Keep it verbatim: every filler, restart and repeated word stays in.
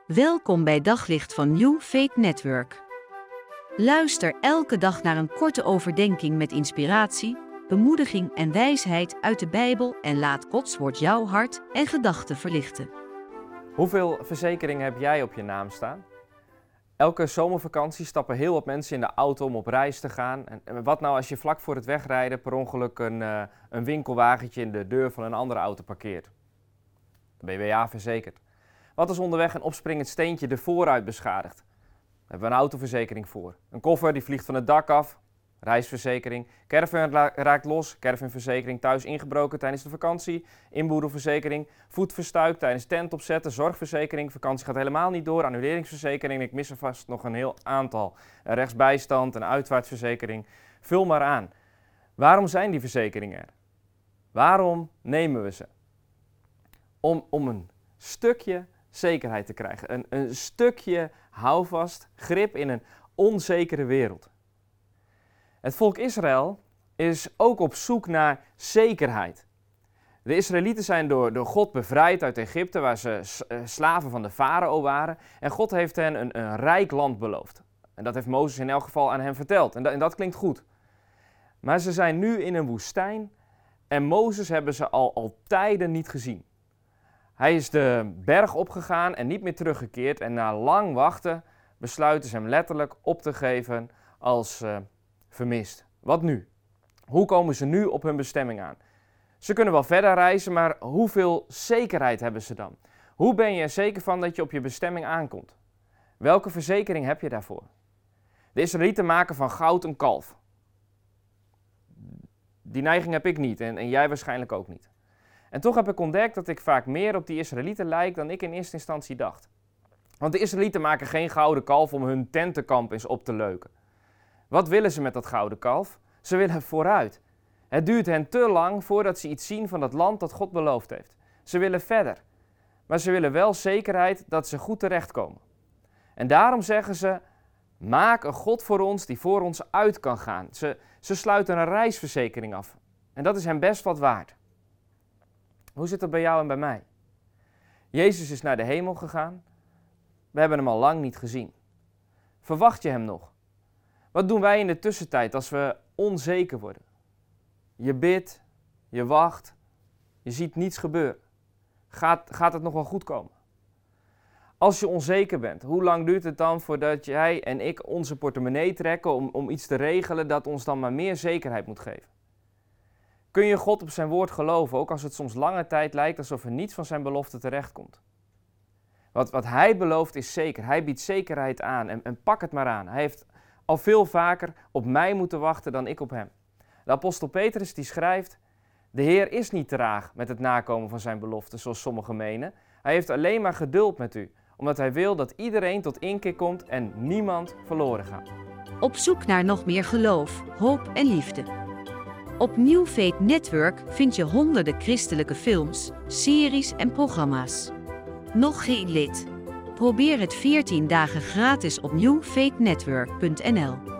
Welkom bij Daglicht van New Faith Network. Luister elke dag naar een korte overdenking met inspiratie, bemoediging en wijsheid uit de Bijbel en laat Gods woord jouw hart en gedachten verlichten. Hoeveel verzekeringen heb jij op je naam staan? Elke zomervakantie stappen heel wat mensen in de auto om op reis te gaan. En wat nou als je vlak voor het wegrijden per ongeluk een, uh, een winkelwagentje in de deur van een andere auto parkeert? Dan ben je weer ja verzekerd. Wat als onderweg een opspringend steentje de voorruit beschadigt? Daar hebben we een autoverzekering voor. Een koffer die vliegt van het dak af, reisverzekering. Caravan raakt los, caravanverzekering. Thuis ingebroken tijdens de vakantie, inboedelverzekering. Voet verstuikt tijdens tent opzetten, zorgverzekering. Vakantie gaat helemaal niet door, annuleringsverzekering. Ik mis er vast nog een heel aantal. Rechtsbijstand, een uitvaartverzekering. Vul maar aan. Waarom zijn die verzekeringen er? Waarom nemen we ze? Om, om een stukje zekerheid te krijgen. Een, een stukje houvast, grip in een onzekere wereld. Het volk Israël is ook op zoek naar zekerheid. De Israëlieten zijn door, door God bevrijd uit Egypte, waar ze slaven van de farao waren. En God heeft hen een, een rijk land beloofd. En dat heeft Mozes in elk geval aan hen verteld. En dat, en dat klinkt goed. Maar ze zijn nu in een woestijn en Mozes hebben ze al, al tijden niet gezien. Hij is de berg opgegaan en niet meer teruggekeerd. En na lang wachten besluiten ze hem letterlijk op te geven als uh, vermist. Wat nu? Hoe komen ze nu op hun bestemming aan? Ze kunnen wel verder reizen, maar hoeveel zekerheid hebben ze dan? Hoe ben je er zeker van dat je op je bestemming aankomt? Welke verzekering heb je daarvoor? De Israëlieten maken van goud een kalf. Die neiging heb ik niet en, en jij waarschijnlijk ook niet. En toch heb ik ontdekt dat ik vaak meer op die Israëlieten lijk dan ik in eerste instantie dacht. Want de Israëlieten maken geen gouden kalf om hun tentenkamp eens op te leuken. Wat willen ze met dat gouden kalf? Ze willen vooruit. Het duurt hen te lang voordat ze iets zien van dat land dat God beloofd heeft. Ze willen verder. Maar ze willen wel zekerheid dat ze goed terechtkomen. En daarom zeggen ze, maak een God voor ons die voor ons uit kan gaan. Ze, ze sluiten een reisverzekering af. En dat is hen best wat waard. Hoe zit het bij jou en bij mij? Jezus is naar de hemel gegaan. We hebben hem al lang niet gezien. Verwacht je hem nog? Wat doen wij in de tussentijd als we onzeker worden? Je bidt, je wacht, je ziet niets gebeuren. Gaat, gaat het nog wel goed komen? Als je onzeker bent, hoe lang duurt het dan voordat jij en ik onze portemonnee trekken om, om iets te regelen dat ons dan maar meer zekerheid moet geven? Kun je God op zijn woord geloven, ook als het soms lange tijd lijkt alsof er niets van zijn belofte terechtkomt? Wat, wat hij belooft is zeker. Hij biedt zekerheid aan en, en pak het maar aan. Hij heeft al veel vaker op mij moeten wachten dan ik op hem. De apostel Petrus die schrijft, de Heer is niet traag met het nakomen van zijn belofte, zoals sommigen menen. Hij heeft alleen maar geduld met u, omdat hij wil dat iedereen tot inkeer komt en niemand verloren gaat. Op zoek naar nog meer geloof, hoop en liefde. Op New Faith Network vind je honderden christelijke films, series en programma's. Nog geen lid? Probeer het veertien dagen gratis op new faith network punt n l.